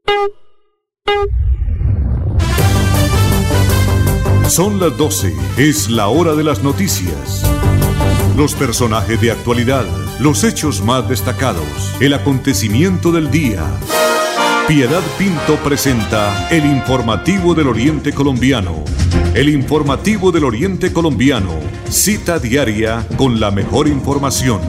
Son las 12, es la hora de las noticias. Los personajes de actualidad, los hechos más destacados, el acontecimiento del día. Piedad Pinto presenta el Informativo del Oriente Colombiano. El Informativo del Oriente Colombiano, cita diaria con la mejor información.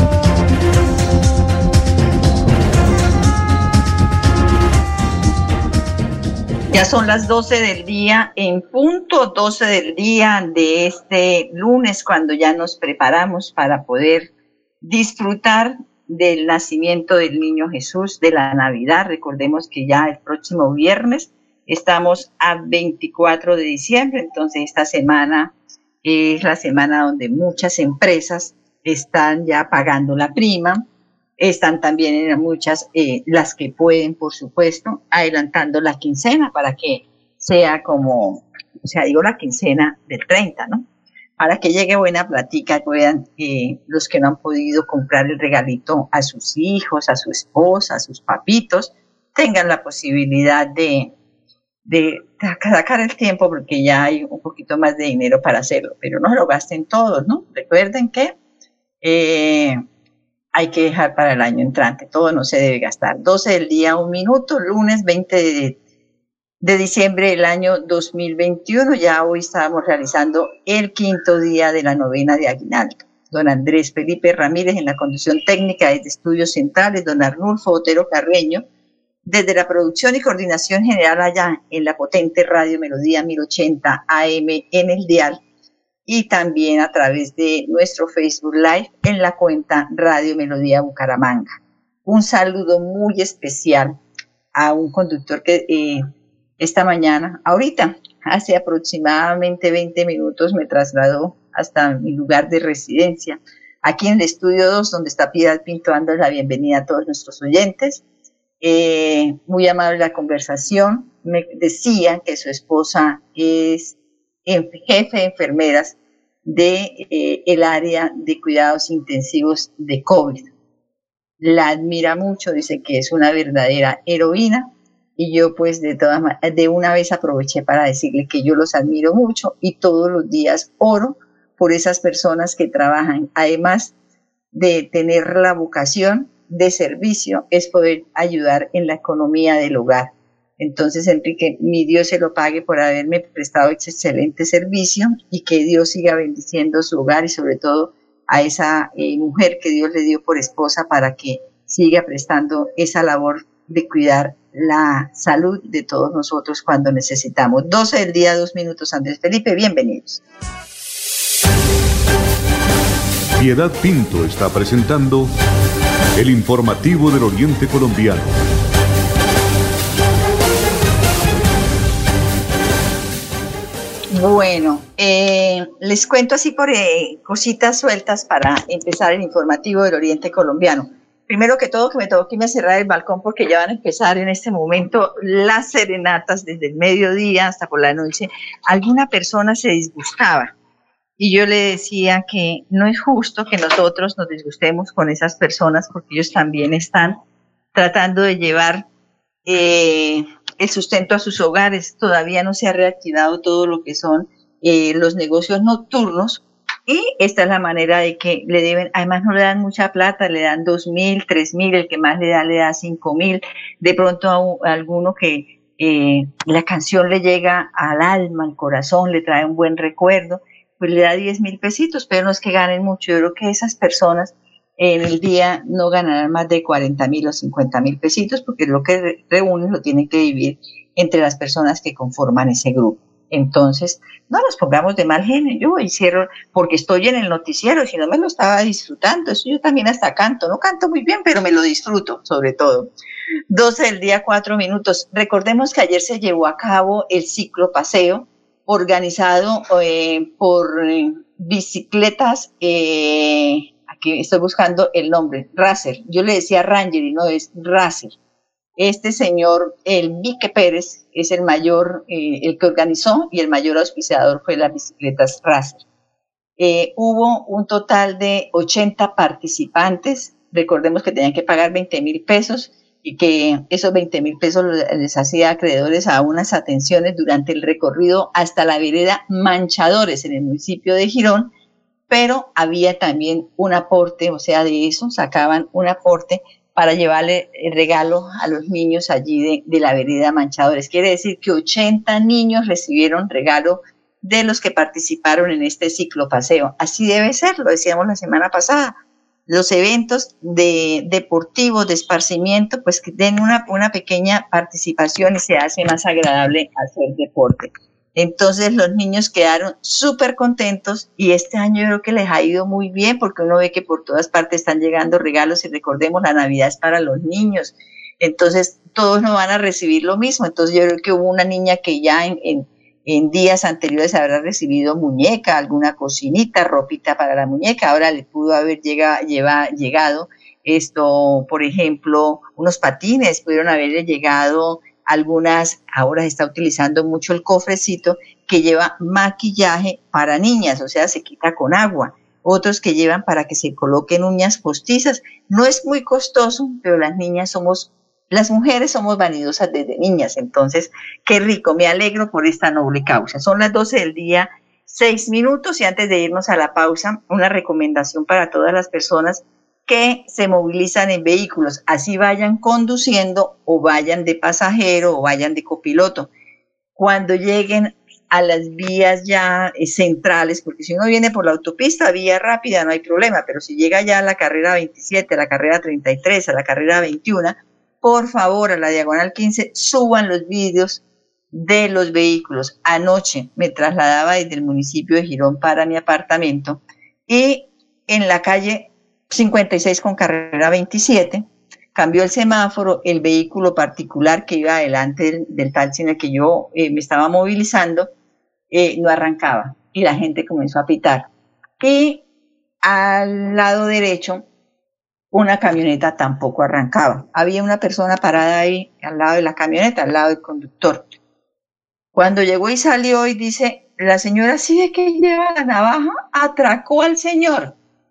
Ya son las 12 del día, en punto 12 del día de este lunes, cuando ya nos preparamos para poder disfrutar del nacimiento del niño Jesús, de la Navidad. Recordemos que ya el próximo viernes estamos a 24 de diciembre, entonces esta semana es la semana donde muchas empresas están ya pagando la prima. Están también en muchas, las que pueden, por supuesto, adelantando la quincena para que sea como, o sea, digo la quincena del 30, ¿no? Para que llegue buena platica, puedan los que no han podido comprar el regalito a sus hijos, a su esposa, a sus papitos, tengan la posibilidad de sacar el tiempo, porque ya hay un poquito más de dinero para hacerlo, pero no lo gasten todos, ¿no? Recuerden que hay que dejar para el año entrante, todo no se debe gastar. 12 del día, 1 minuto, lunes 20 de diciembre del año 2021, ya hoy estábamos realizando el 5º día de la novena de Aguinaldo. Don Andrés Felipe Ramírez en la conducción técnica desde Estudios Centrales, don Arnulfo Otero Carreño, desde la producción y coordinación general allá en la potente Radio Melodía 1080 AM en el dial, y también a través de nuestro Facebook Live en la cuenta Radio Melodía Bucaramanga. Un saludo muy especial a un conductor que esta mañana, ahorita, hace aproximadamente 20 minutos, me trasladó hasta mi lugar de residencia, aquí en el Estudio 2, donde está Piedad Pinto, dando la bienvenida a todos nuestros oyentes. Muy amable la conversación. Me decía que su esposa es jefe de enfermeras de el área de cuidados intensivos de COVID. La admira mucho, dice que es una verdadera heroína, y yo pues de una vez aproveché para decirle que yo los admiro mucho y todos los días oro por esas personas que trabajan. Además de tener la vocación de servicio, es poder ayudar en la economía del hogar. Entonces, Enrique, mi Dios se lo pague por haberme prestado excelente servicio, y que Dios siga bendiciendo su hogar y sobre todo a esa mujer que Dios le dio por esposa, para que siga prestando esa labor de cuidar la salud de todos nosotros cuando necesitamos. 12 del día, 2 minutos, Andrés Felipe, bienvenidos. Piedad Pinto está presentando el Informativo del Oriente Colombiano. Bueno, les cuento así por cositas sueltas para empezar el Informativo del Oriente Colombiano. Primero que todo, que me tengo que irme a cerrar el balcón, porque ya van a empezar en este momento las serenatas desde el mediodía hasta por la noche. Alguna persona se disgustaba y yo le decía que no es justo que nosotros nos disgustemos con esas personas, porque ellos también están tratando de llevar el sustento a sus hogares. Todavía no se ha reactivado todo lo que son los negocios nocturnos, y esta es la manera de que le deben. Además no le dan mucha plata, le dan 2.000, 3.000, el que más le da 5.000. De pronto a alguno que la canción le llega al alma, al corazón, le trae un buen recuerdo, pues le da 10.000 pesitos, pero no es que ganen mucho. Yo creo que esas personas en el día no ganarán más de 40.000 o 50.000 pesitos, porque lo que reúnen lo tienen que dividir entre las personas que conforman ese grupo. Entonces, no nos pongamos de mal genio. Yo hicieron, porque estoy en el noticiero, si no me lo estaba disfrutando. Eso yo también hasta canto, no canto muy bien, pero me lo disfruto, sobre todo. 12 del día, 4 minutos. Recordemos que ayer se llevó a cabo el ciclo paseo organizado por bicicletas, aquí estoy buscando el nombre, Racer. Yo le decía Ranger y no es Racer. Este señor, el Vique Pérez, es el mayor, el que organizó, y el mayor auspiciador fue las bicicletas Racer. Hubo un total de 80 participantes. Recordemos que tenían que pagar 20.000 pesos, que esos 20.000 pesos les hacía acreedores a unas atenciones durante el recorrido hasta la vereda Manchadores en el municipio de Girón, pero había también un aporte, o sea, de eso sacaban un aporte para llevarle el regalo a los niños allí de la vereda Manchadores. Quiere decir que 80 niños recibieron regalo de los que participaron en este ciclopaseo. Así debe ser, lo decíamos la semana pasada. Los eventos deportivos, de esparcimiento, pues que den una pequeña participación y se hace más agradable hacer deporte. Entonces los niños quedaron súper contentos y este año yo creo que les ha ido muy bien porque uno ve que por todas partes están llegando regalos y recordemos, la Navidad es para los niños. Entonces todos no van a recibir lo mismo. Entonces yo creo que hubo una niña que ya en días anteriores habrá recibido muñeca, alguna cocinita, ropita para la muñeca. Ahora le pudo haber llegado esto, por ejemplo, unos patines, pudieron haberle llegado algunas. Ahora se está utilizando mucho el cofrecito que lleva maquillaje para niñas, o sea, se quita con agua. Otros que llevan para que se coloquen uñas postizas. No es muy costoso, pero las mujeres somos vanidosas desde niñas, entonces, qué rico, me alegro por esta noble causa. Son las 12 del día, 6 minutos, y antes de irnos a la pausa, una recomendación para todas las personas que se movilizan en vehículos, así vayan conduciendo o vayan de pasajero o vayan de copiloto. Cuando lleguen a las vías ya centrales, porque si uno viene por la autopista, vía rápida, no hay problema, pero si llega ya a la carrera 27, a la carrera 33, a la carrera 21, por favor, a la diagonal 15, suban los vidrios de los vehículos. Anoche me trasladaba desde el municipio de Girón para mi apartamento y en la calle 56 con carrera 27, cambió el semáforo, el vehículo particular que iba adelante del taxi en el que yo me estaba movilizando, no arrancaba y la gente comenzó a pitar. Y al lado derecho, una camioneta tampoco arrancaba. Había una persona parada ahí al lado de la camioneta, al lado del conductor. Cuando llegó y salió y dice, la señora sí ve que lleva la navaja, atracó al señor.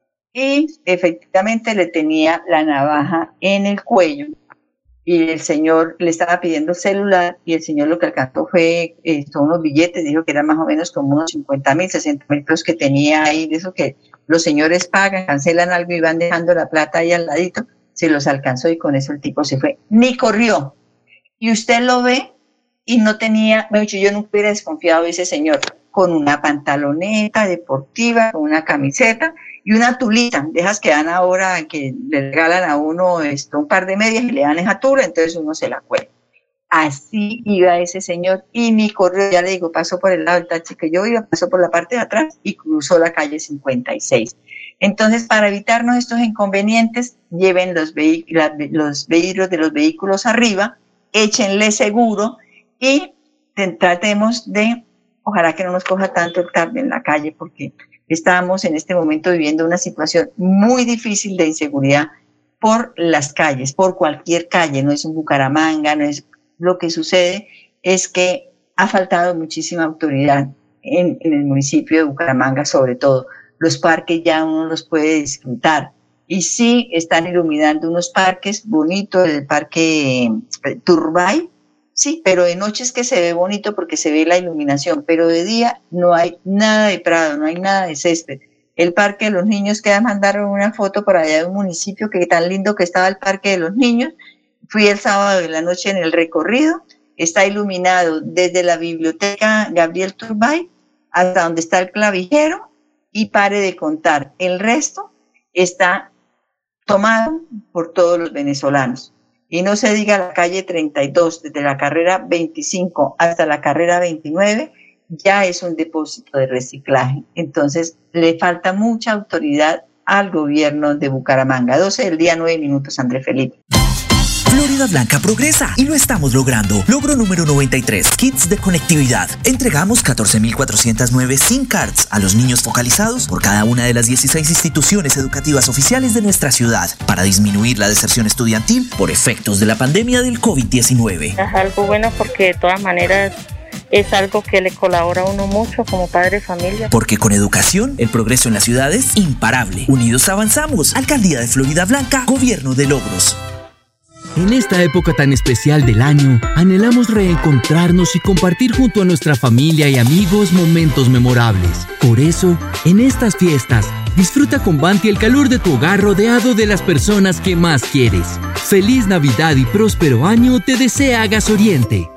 Y efectivamente le tenía la navaja en el cuello y el señor le estaba pidiendo celular y el señor lo que alcanzó fue unos billetes, dijo que eran más o menos como unos 50.000, 60.000 pesos que tenía ahí, de eso que los señores pagan, cancelan algo y van dejando la plata ahí al ladito, se los alcanzó y con eso el tipo se fue, ni corrió. Y usted lo ve y no tenía, yo nunca hubiera desconfiado de ese señor, con una pantaloneta deportiva, con una camiseta y una tulita, de esas que dan ahora, que le regalan a uno un par de medias y le dan esa tula, entonces uno se la cuelga. Así iba ese señor y ni corrió, ya le digo, pasó por el lado del taxi que yo iba, pasó por la parte de atrás y cruzó la calle 56. Entonces, para evitarnos estos inconvenientes, lleven los vidrios de los vehículos arriba, échenle seguro y tratemos de, ojalá que no nos coja tanto el tarde en la calle, porque estamos en este momento viviendo una situación muy difícil de inseguridad por las calles, por cualquier calle, no es un Bucaramanga, no es. Lo que sucede es que ha faltado muchísima autoridad en el municipio de Bucaramanga, sobre todo. Los parques ya uno los puede disfrutar. Y sí, están iluminando unos parques bonitos, el parque Turbay, sí, pero de noche es que se ve bonito porque se ve la iluminación, pero de día no hay nada de prado, no hay nada de césped. El parque de los niños, que mandaron una foto por allá de un municipio, que tan lindo que estaba el parque de los niños. Fui el sábado de la noche en el recorrido, está iluminado desde la biblioteca Gabriel Turbay hasta donde está el clavijero y pare de contar. El resto está tomado por todos los venezolanos. Y no se diga la calle 32, desde la carrera 25 hasta la carrera 29, ya es un depósito de reciclaje. Entonces, le falta mucha autoridad al gobierno de Bucaramanga. 12 del día, 9 minutos, André Felipe. Florida Blanca progresa y lo estamos logrando. Logro número 93, kits de conectividad. Entregamos 14.409 SIM cards a los niños focalizados por cada una de las 16 instituciones educativas oficiales de nuestra ciudad para disminuir la deserción estudiantil por efectos de la pandemia del COVID-19. Es algo bueno porque de todas maneras es algo que le colabora a uno mucho como padre de familia. Porque con educación, el progreso en la ciudad es imparable. Unidos avanzamos. Alcaldía de Florida Blanca, Gobierno de Logros. En esta época tan especial del año, anhelamos reencontrarnos y compartir junto a nuestra familia y amigos momentos memorables. Por eso, en estas fiestas, disfruta con Banti el calor de tu hogar rodeado de las personas que más quieres. Feliz Navidad y próspero año te desea Gas Oriente.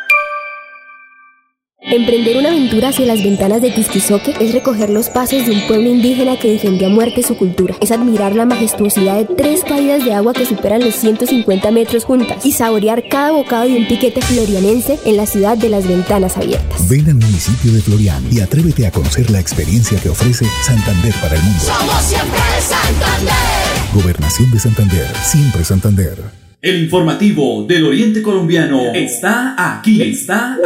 Emprender una aventura hacia las ventanas de Tisquizoque es recoger los pasos de un pueblo indígena que defendió a muerte su cultura. Es admirar la majestuosidad de 3 caídas de agua que superan los 150 metros juntas y saborear cada bocado de un piquete florianense en la ciudad de las ventanas abiertas. Ven al municipio de Florian y atrévete a conocer la experiencia que ofrece Santander para el mundo. Somos siempre Santander. Gobernación de Santander, siempre Santander. El informativo del Oriente Colombiano está aquí,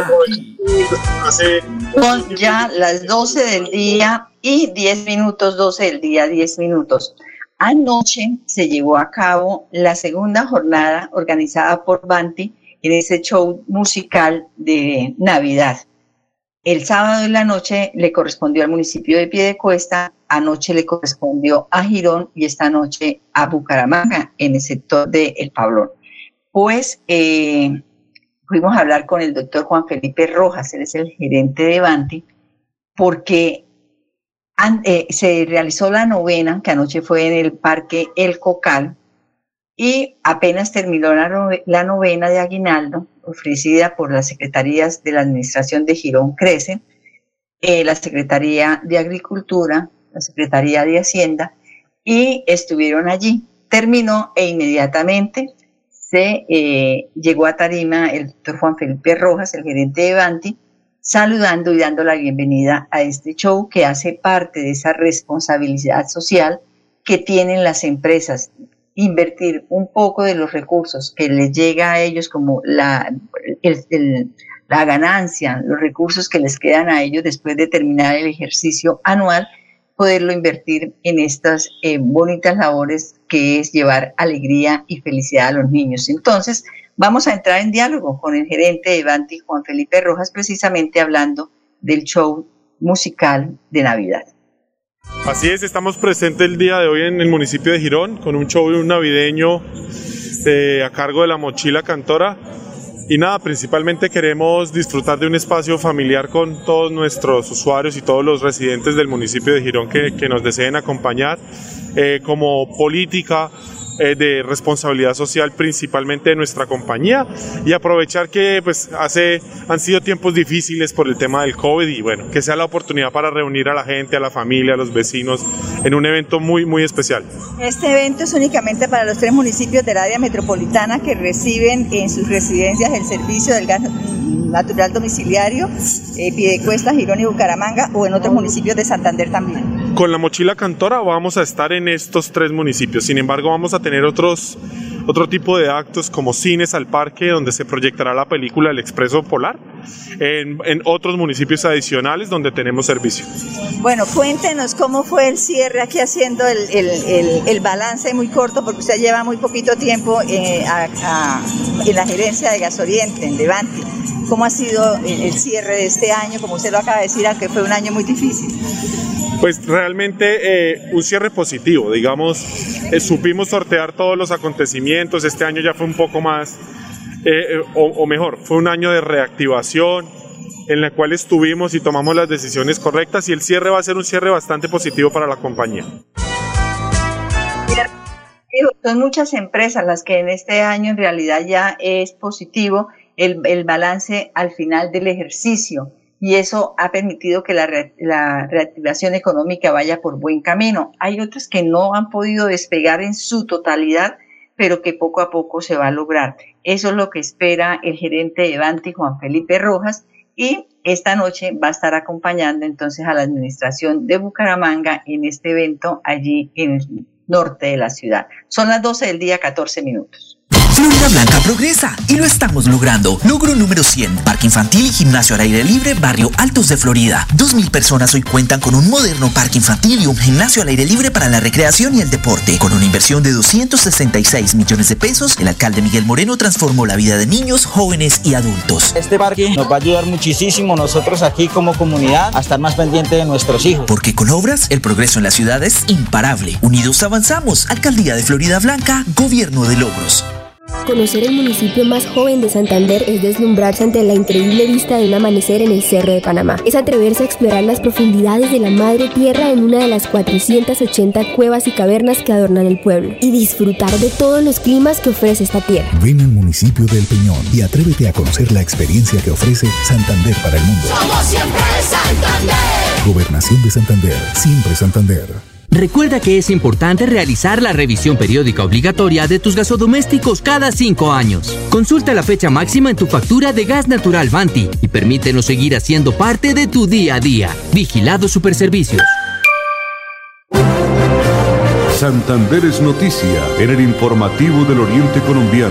Son ya las 12 del día y 10 minutos, 12 del día, 10 minutos. Anoche se llevó a cabo la segunda jornada organizada por Banti en ese show musical de Navidad. El sábado en la noche le correspondió al municipio de Piedecuesta, anoche le correspondió a Girón y esta noche a Bucaramanga, en el sector de El Pablón. Pues fuimos a hablar con el doctor Juan Felipe Rojas, él es el gerente de Banti, porque se realizó la novena, que anoche fue en el Parque El Cocal, y apenas terminó la novena de Aguinaldo, ofrecida por las secretarías de la Administración de Girón Crece, la Secretaría de Agricultura, la Secretaría de Hacienda, y estuvieron allí. Terminó e inmediatamente se llegó a tarima el doctor Juan Felipe Rojas, el gerente de Banti, saludando y dando la bienvenida a este show que hace parte de esa responsabilidad social que tienen las empresas, invertir un poco de los recursos que les llega a ellos como la ganancia, los recursos que les quedan a ellos después de terminar el ejercicio anual, poderlo invertir en estas bonitas labores que es llevar alegría y felicidad a los niños. Entonces, vamos a entrar en diálogo con el gerente de Banti, Juan Felipe Rojas, precisamente hablando del show musical de Navidad. Así es, estamos presentes el día de hoy en el municipio de Girón con un show navideño a cargo de la Mochila Cantora. Y nada, principalmente queremos disfrutar de un espacio familiar con todos nuestros usuarios y todos los residentes del municipio de Girón que nos deseen acompañar como política de responsabilidad social principalmente de nuestra compañía y aprovechar que pues han sido tiempos difíciles por el tema del COVID y bueno, que sea la oportunidad para reunir a la gente, a la familia, a los vecinos en un evento muy muy especial. Este evento es únicamente para los 3 municipios del área metropolitana que reciben en sus residencias el servicio del gas natural domiciliario, Piedecuesta, Girón y Bucaramanga, o en otros municipios de Santander también. Con la Mochila Cantora vamos a estar en estos 3 municipios, sin embargo vamos a tener otro tipo de actos como Cines al Parque, donde se proyectará la película El Expreso Polar, en otros municipios adicionales donde tenemos servicio. Bueno, cuéntenos cómo fue el cierre aquí haciendo el balance muy corto, porque usted lleva muy poquito tiempo en la gerencia de Gas Oriente, en Banti. ¿Cómo ha sido el cierre de este año? Como usted lo acaba de decir, aunque fue un año muy difícil. Pues realmente un cierre positivo, digamos, supimos sortear todos los acontecimientos, este año ya fue un poco más, o mejor, fue un año de reactivación en la cual estuvimos y tomamos las decisiones correctas y el cierre va a ser un cierre bastante positivo para la compañía. Son muchas empresas las que en este año en realidad ya es positivo el balance al final del ejercicio. Y eso ha permitido que la reactivación económica vaya por buen camino. Hay otras que no han podido despegar en su totalidad, pero que poco a poco se va a lograr. Eso es lo que espera el gerente de Banti, Juan Felipe Rojas, y esta noche va a estar acompañando entonces a la administración de Bucaramanga en este evento allí en el norte de la ciudad. Son las 12 del día, 14 minutos. Florida Blanca progresa y lo estamos logrando. Logro número 100, parque infantil y gimnasio al aire libre, barrio Altos de Florida. 2,000 personas hoy cuentan con un moderno parque infantil y un gimnasio al aire libre para la recreación y el deporte. Con una inversión de 266 millones de pesos, el alcalde Miguel Moreno transformó la vida de niños, jóvenes y adultos. Este parque nos va a ayudar muchísimo nosotros aquí como comunidad a estar más pendientes de nuestros hijos. Porque con obras, el progreso en la ciudad es imparable. Unidos avanzamos. Alcaldía de Florida Blanca, Gobierno de Logros. Conocer el municipio más joven de Santander es deslumbrarse ante la increíble vista de un amanecer en el Cerro de Panamá. Es atreverse a explorar las profundidades de la madre tierra en una de las 480 cuevas y cavernas que adornan el pueblo y disfrutar de todos los climas que ofrece esta tierra. Ven al municipio del Peñón y atrévete a conocer la experiencia que ofrece Santander para el mundo. Somos siempre Santander. Gobernación de Santander, siempre Santander. Recuerda que es importante realizar la revisión periódica obligatoria de tus gasodomésticos cada 5 años. Consulta la fecha máxima en tu factura de gas natural Vanti y permítenos seguir haciendo parte de tu día a día. Vigilado Superservicios. Santander es noticia en el informativo del Oriente Colombiano.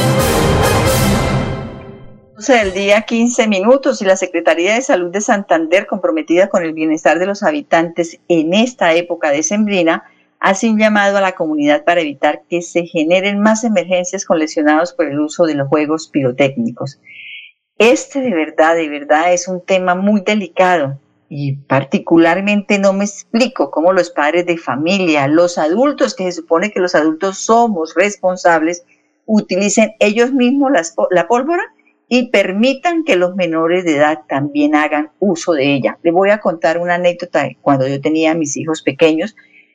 12 del día, 15 minutos, y la Secretaría de Salud de Santander, comprometida con el bienestar de los habitantes en esta época decembrina, hace un llamado a la comunidad para evitar que se generen más emergencias con lesionados por el uso de los juegos pirotécnicos. De verdad, es un tema muy delicado y particularmente no me explico cómo los padres de familia, los adultos, que se supone que los adultos somos responsables, utilicen ellos mismos la pólvora y permitan que los menores de edad también hagan uso de ella. Les voy a contar una anécdota. Cuando yo tenía a mis hijos pequeños,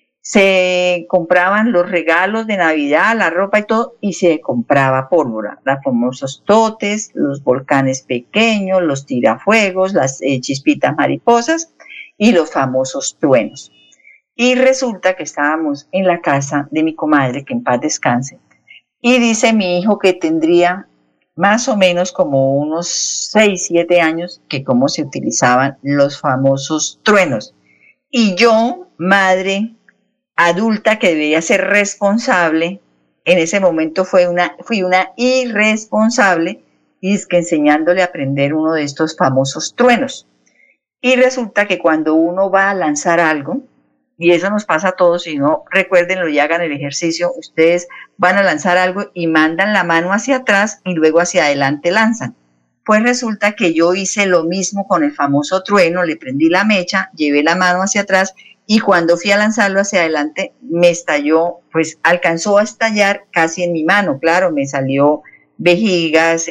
se compraban los regalos de Navidad, la ropa y todo, y se compraba pólvora, los famosos totes, los volcanes pequeños, los tirafuegos, las chispitas mariposas y los famosos truenos. Y resulta que estábamos en la casa de mi comadre, que en paz descanse, y dice mi hijo que tendría más o menos como unos 6, 7 años, que cómo se utilizaban los famosos truenos. Y yo, madre adulta que debería ser responsable, en ese momento fui una irresponsable, y es que enseñándole a aprender uno de estos famosos truenos. Y resulta que cuando uno va a lanzar algo, y eso nos pasa a todos, si no, recuérdenlo y hagan el ejercicio, ustedes van a lanzar algo y mandan la mano hacia atrás y luego hacia adelante lanzan. Pues resulta que yo hice lo mismo con el famoso trueno, le prendí la mecha, llevé la mano hacia atrás y cuando fui a lanzarlo hacia adelante me estalló, pues alcanzó a estallar casi en mi mano, claro, me salió vejigas,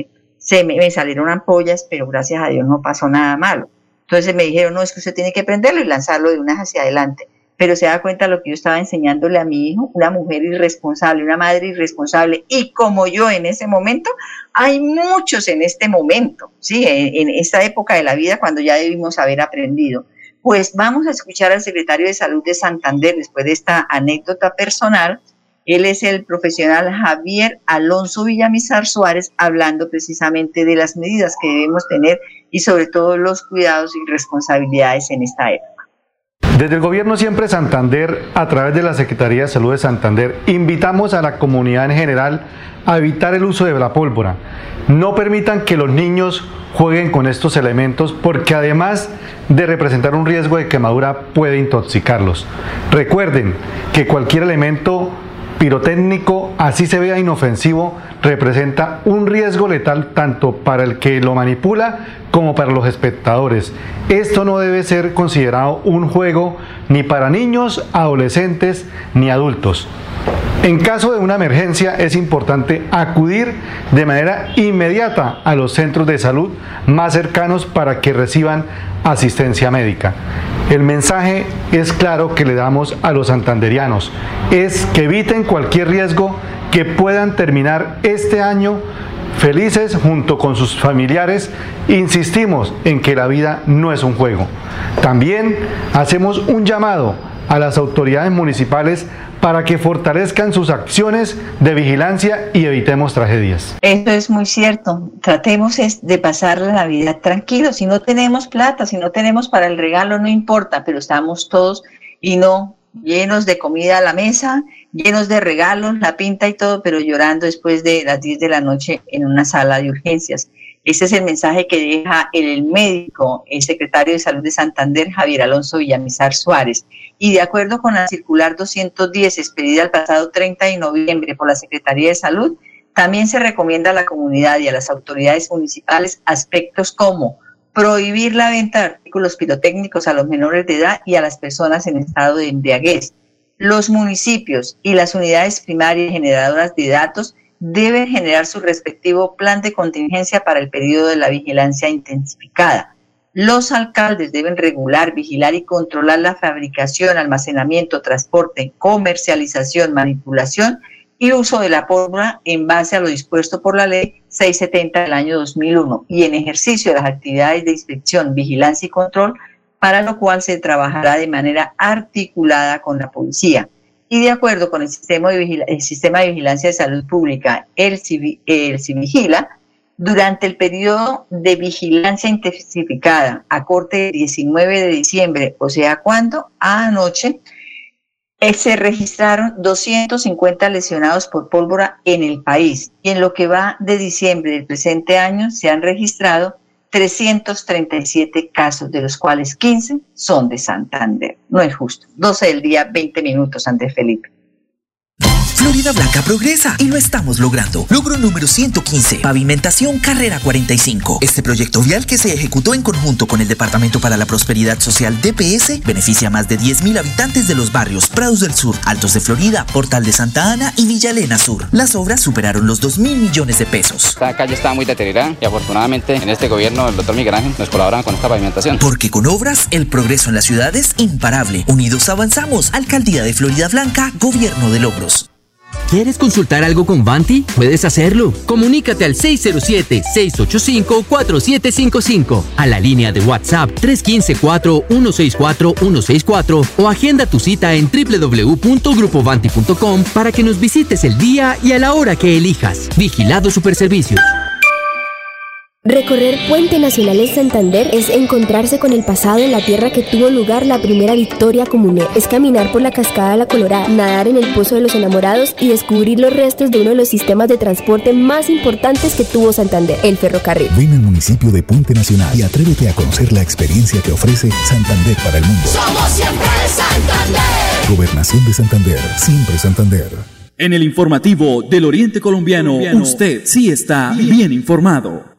me salieron ampollas, pero gracias a Dios no pasó nada malo. Entonces me dijeron, no, es que usted tiene que prenderlo y lanzarlo de una hacia adelante. Pero se da cuenta de lo que yo estaba enseñándole a mi hijo, una mujer irresponsable, una madre irresponsable. Y como yo en ese momento, hay muchos en este momento, ¿sí? En esta época de la vida cuando ya debimos haber aprendido. Pues vamos a escuchar al secretario de Salud de Santander después de esta anécdota personal. Él es el profesional Javier Alonso Villamizar Suárez, hablando precisamente de las medidas que debemos tener y sobre todo los cuidados y responsabilidades en esta época. Desde el Gobierno Siempre Santander, a través de la Secretaría de Salud de Santander, invitamos a la comunidad en general a evitar el uso de la pólvora. No permitan que los niños jueguen con estos elementos porque además de representar un riesgo de quemadura puede intoxicarlos. Recuerden que cualquier elemento pirotécnico, así se vea inofensivo, representa un riesgo letal tanto para el que lo manipula como para los espectadores. Esto no debe ser considerado un juego ni para niños, adolescentes ni adultos. En caso de una emergencia es importante acudir de manera inmediata a los centros de salud más cercanos para que reciban asistencia médica. El mensaje es claro que le damos a los santanderianos, es que eviten cualquier riesgo, que puedan terminar este año felices junto con sus familiares. Insistimos en que la vida no es un juego. También hacemos un llamado a las autoridades municipales para que fortalezcan sus acciones de vigilancia y evitemos tragedias. Eso es muy cierto. Tratemos de pasar la Navidad tranquilos. Si no tenemos plata, si no tenemos para el regalo, no importa, pero estamos todos y no llenos de comida a la mesa, llenos de regalos, la pinta y todo, pero llorando después de las 10 de la noche en una sala de urgencias. Ese es el mensaje que deja el médico, el secretario de Salud de Santander, Javier Alonso Villamizar Suárez. Y de acuerdo con la circular 210 expedida el pasado 30 de noviembre por la Secretaría de Salud, también se recomienda a la comunidad y a las autoridades municipales aspectos como prohibir la venta de artículos pirotécnicos a los menores de edad y a las personas en estado de embriaguez. Los municipios y las unidades primarias generadoras de datos deben generar su respectivo plan de contingencia para el periodo de la vigilancia intensificada. Los alcaldes deben regular, vigilar y controlar la fabricación, almacenamiento, transporte, comercialización, manipulación y uso de la pólvora en base a lo dispuesto por la Ley 670 del año 2001 y en ejercicio de las actividades de inspección, vigilancia y control, para lo cual se trabajará de manera articulada con la policía. Y de acuerdo con el sistema de vigilancia de salud pública, el Civigila, durante el periodo de vigilancia intensificada a corte del 19 de diciembre, o sea, ¿cuándo? Anoche, se registraron 250 lesionados por pólvora en el país. Y en lo que va de diciembre del presente año se han registrado 337 casos, de los cuales 15 son de Santander. No es justo. 12 del día, 20 minutos, Andrés Felipe. Florida Blanca progresa y lo estamos logrando. Logro número 115, pavimentación Carrera 45. Este proyecto vial que se ejecutó en conjunto con el Departamento para la Prosperidad Social DPS beneficia a más de 10.000 habitantes de los barrios Prados del Sur, Altos de Florida, Portal de Santa Ana y Villa Elena Sur. Las obras superaron los 2.000 millones de pesos. Esta calle estaba muy deteriorada y afortunadamente en este gobierno el doctor Miguel Ángel nos colaboran con esta pavimentación. Porque con obras el progreso en la ciudad es imparable. Unidos avanzamos. Alcaldía de Florida Blanca, Gobierno de Logros. ¿Quieres consultar algo con Vanti? Puedes hacerlo. Comunícate al 607-685-4755, a la línea de WhatsApp 315-4164-164 o agenda tu cita en www.grupovanti.com para que nos visites el día y a la hora que elijas. Vigilado Superservicios. Recorrer Puente Nacional en Santander es encontrarse con el pasado en la tierra que tuvo lugar la primera victoria comunera. Es caminar por la cascada de la Colorada, nadar en el Pozo de los Enamorados y descubrir los restos de uno de los sistemas de transporte más importantes que tuvo Santander, el ferrocarril. Ven al municipio de Puente Nacional y atrévete a conocer la experiencia que ofrece Santander para el mundo. Somos siempre Santander. Gobernación de Santander, siempre Santander. En el informativo del Oriente Colombiano, usted sí está bien informado.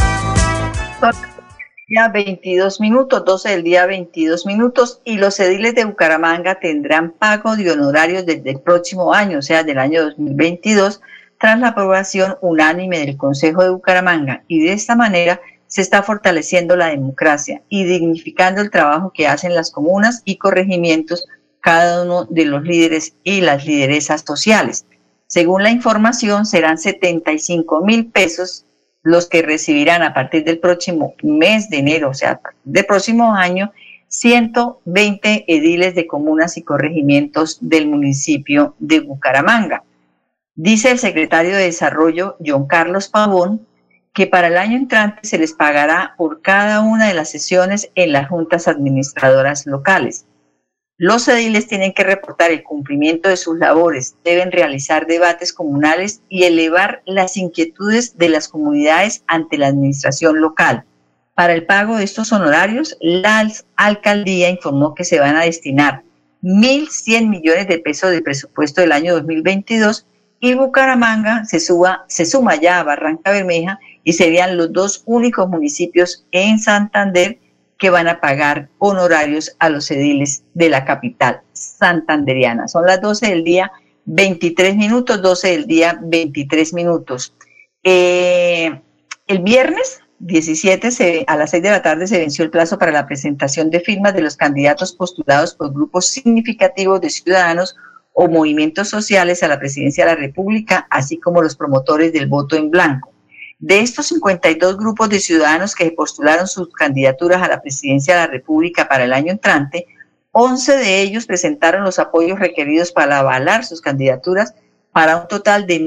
Ya 22 minutos, 12 del día 22 minutos, y los ediles de Bucaramanga tendrán pago de honorarios desde el próximo año, o sea, del año 2022, tras la aprobación unánime del Consejo de Bucaramanga, y de esta manera se está fortaleciendo la democracia y dignificando el trabajo que hacen las comunas y corregimientos, cada uno de los líderes y las lideresas sociales. Según la información, serán 75.000 pesos los que recibirán a partir del próximo mes de enero, o sea, a partir del próximo año, 120 ediles de comunas y corregimientos del municipio de Bucaramanga. Dice el secretario de Desarrollo, John Carlos Pavón, que para el año entrante se les pagará por cada una de las sesiones en las juntas administradoras locales. Los ediles tienen que reportar el cumplimiento de sus labores, deben realizar debates comunales y elevar las inquietudes de las comunidades ante la administración local. Para el pago de estos honorarios, la alcaldía informó que se van a destinar 1.100 millones de pesos del presupuesto del año 2022 y Bucaramanga se suma ya a Barranca Bermeja y serían los dos únicos municipios en Santander que van a pagar honorarios a los ediles de la capital santanderiana. Son las 12 del día, 23 minutos, 12 del día, 23 minutos. El viernes 17 a las 6 de la tarde se venció el plazo para la presentación de firmas de los candidatos postulados por grupos significativos de ciudadanos o movimientos sociales a la presidencia de la República, así como los promotores del voto en blanco. De estos 52 grupos de ciudadanos que postularon sus candidaturas a la presidencia de la República para el año entrante, 11 de ellos presentaron los apoyos requeridos para avalar sus candidaturas para un total de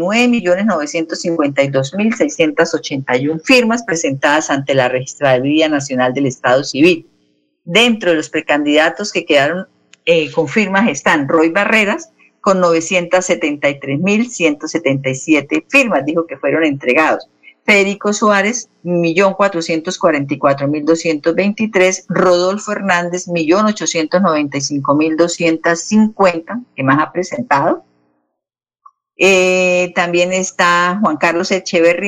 9.952.681 firmas presentadas ante la Registraduría Nacional del Estado Civil. Dentro de los precandidatos que quedaron con firmas están Roy Barreras, con 973.177 firmas, dijo que fueron entregados. Federico Suárez, 1.444.223, Rodolfo Hernández, 1.895.250, que más ha presentado. También está Juan Carlos Echeverry,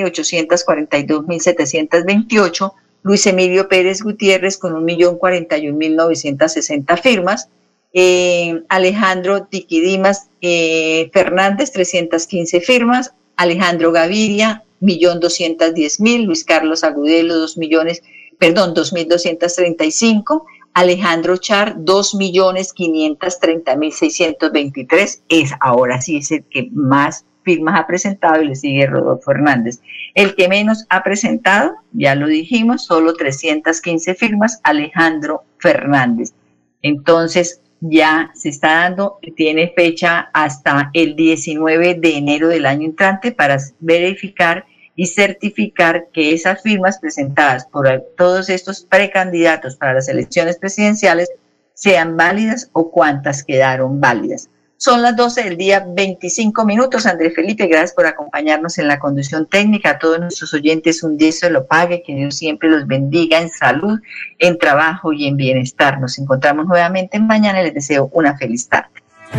842.728, Luis Emilio Pérez Gutiérrez con 1.041.960 firmas, Alejandro Tiquidimas Fernández, 315 firmas, Alejandro Gaviria, 1.210.000, Luis Carlos Agudelo, 2.235, Alejandro Char, 2.530.623, ahora sí es el que más firmas ha presentado y le sigue Rodolfo Hernández. El que menos ha presentado, ya lo dijimos, solo 315 firmas, Alejandro Fernández. Entonces ya se está dando, tiene fecha hasta el 19 de enero del año entrante para verificar y certificar que esas firmas presentadas por todos estos precandidatos para las elecciones presidenciales sean válidas o cuántas quedaron válidas. Son las 12 del día, 25 minutos. Andrés Felipe, gracias por acompañarnos en la conducción técnica. A todos nuestros oyentes, un Dios se lo pague, que Dios siempre los bendiga en salud, en trabajo y en bienestar. Nos encontramos nuevamente mañana y les deseo una feliz tarde.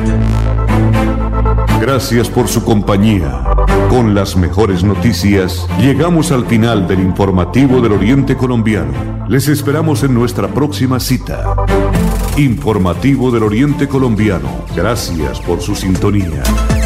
Gracias por su compañía. Con las mejores noticias, llegamos al final del informativo del Oriente Colombiano. Les esperamos en nuestra próxima cita. Informativo del Oriente Colombiano. Gracias por su sintonía.